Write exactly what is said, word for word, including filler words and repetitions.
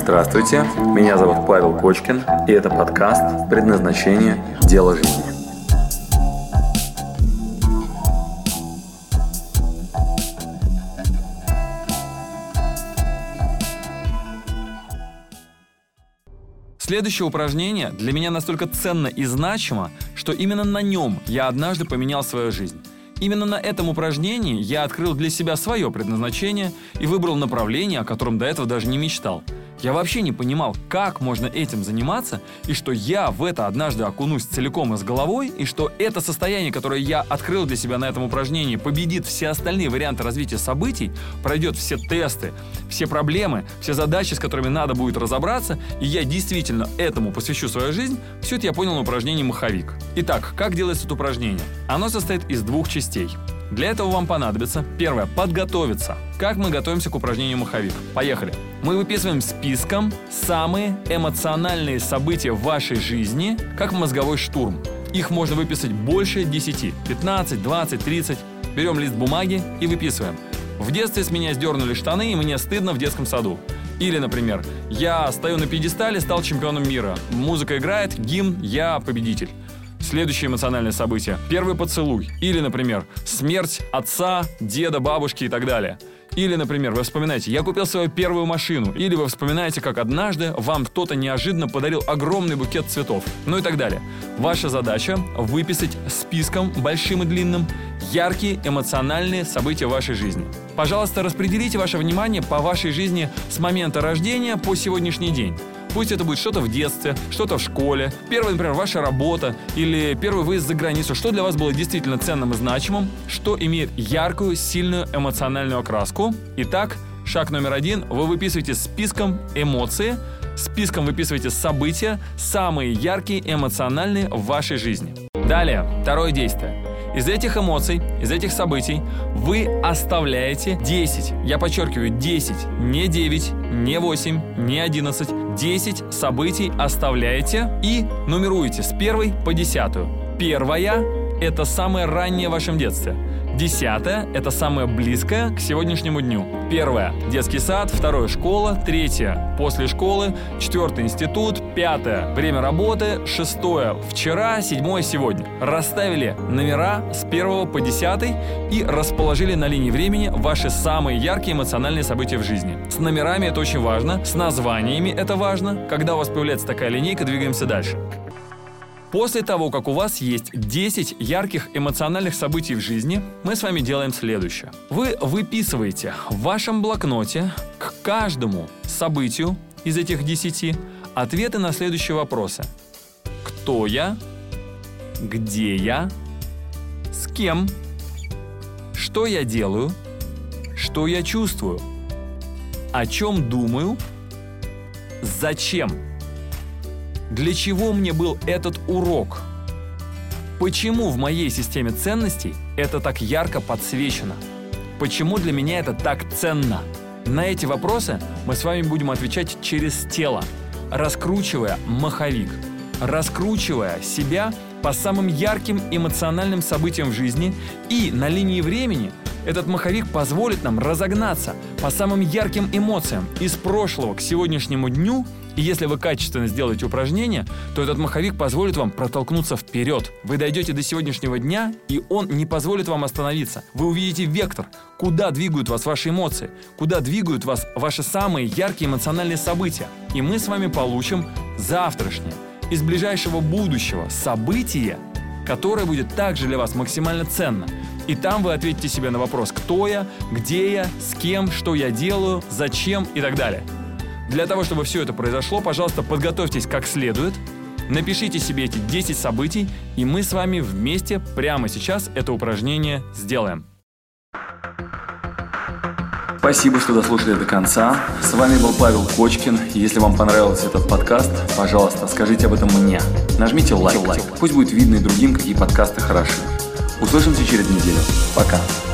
Здравствуйте, меня зовут Павел Кочкин, и это подкаст «Предназначение. Дело жизни». Следующее упражнение для меня настолько ценно и значимо, что именно на нем я однажды поменял свою жизнь. Именно на этом упражнении я открыл для себя свое предназначение и выбрал направление, о котором до этого даже не мечтал. Я вообще не понимал, как можно этим заниматься, и что я в это однажды окунусь целиком и с головой, и что это состояние, которое я открыл для себя на этом упражнении, победит все остальные варианты развития событий, пройдет все тесты, все проблемы, все задачи, с которыми надо будет разобраться, и я действительно этому посвящу свою жизнь. Все это я понял на упражнении «Маховик». Итак, как делается это упражнение? Оно состоит из двух частей. Для этого вам понадобится, первое, подготовиться. Как мы готовимся к упражнению «Маховик»? Поехали. Мы выписываем списком самые эмоциональные события в вашей жизни, как мозговой штурм. Их можно выписать больше десяти, пятнадцать, двадцать, тридцать. Берем лист бумаги и выписываем. В детстве с меня сдернули штаны, и мне стыдно в детском саду. Или, например, я стою на пьедестале, стал чемпионом мира. Музыка играет, гимн, я победитель. Следующее эмоциональное событие – первый поцелуй. Или, например, смерть отца, деда, бабушки и так далее. Или, например, вы вспоминаете, я купил свою первую машину. Или вы вспоминаете, как однажды вам кто-то неожиданно подарил огромный букет цветов. Ну и так далее. Ваша задача – выписать списком, большим и длинным, яркие эмоциональные события вашей жизни. Пожалуйста, распределите ваше внимание по вашей жизни с момента рождения по сегодняшний день. Пусть это будет что-то в детстве, что-то в школе, первая, например, ваша работа или первый выезд за границу, что для вас было действительно ценным и значимым, что имеет яркую, сильную эмоциональную окраску. Итак, шаг номер один. Вы выписываете списком эмоции, списком выписываете события, самые яркие, эмоциональные в вашей жизни. Далее, второе действие. Из этих эмоций, из этих событий вы оставляете десять, я подчеркиваю, десять, не девять, не восемь, не одиннадцать, десять событий оставляете и нумеруете с первой по десятую. Первая – это самое раннее в вашем детстве. Десятое – это самое близкое к сегодняшнему дню. Первое – детский сад, второе – школа, третье – после школы, четвертое – институт, пятое – время работы, шестое – вчера, седьмое – сегодня. Расставили номера с первого по десятый и расположили на линии времени ваши самые яркие эмоциональные события в жизни. С номерами это очень важно, с названиями это важно. Когда у вас появляется такая линейка, двигаемся дальше. После того, как у вас есть десять ярких эмоциональных событий в жизни, мы с вами делаем следующее. Вы выписываете в вашем блокноте к каждому событию из этих десяти ответы на следующие вопросы. Кто я? Где я? С кем? Что я делаю? Что я чувствую? О чем думаю? Зачем? Для чего мне был этот урок? Почему в моей системе ценностей это так ярко подсвечено? Почему для меня это так ценно? На эти вопросы мы с вами будем отвечать через тело, раскручивая маховик, раскручивая себя по самым ярким эмоциональным событиям в жизни, и на линии времени этот маховик позволит нам разогнаться по самым ярким эмоциям из прошлого к сегодняшнему дню. И если вы качественно сделаете упражнение, то этот маховик позволит вам протолкнуться вперед. Вы дойдете до сегодняшнего дня, и он не позволит вам остановиться. Вы увидите вектор, куда двигают вас ваши эмоции, куда двигают вас ваши самые яркие эмоциональные события. И мы с вами получим завтрашнее, из ближайшего будущего событие, которое будет также для вас максимально ценно. И там вы ответите себе на вопрос, кто я, где я, с кем, что я делаю, зачем и так далее. Для того, чтобы все это произошло, пожалуйста, подготовьтесь как следует, напишите себе эти десять событий, и мы с вами вместе прямо сейчас это упражнение сделаем. Спасибо, что дослушали до конца. С вами был Павел Кочкин. Если вам понравился этот подкаст, пожалуйста, скажите об этом мне. Нажмите лайк. Пусть будет видно и другим, какие подкасты хороши. Услышимся через неделю. Пока.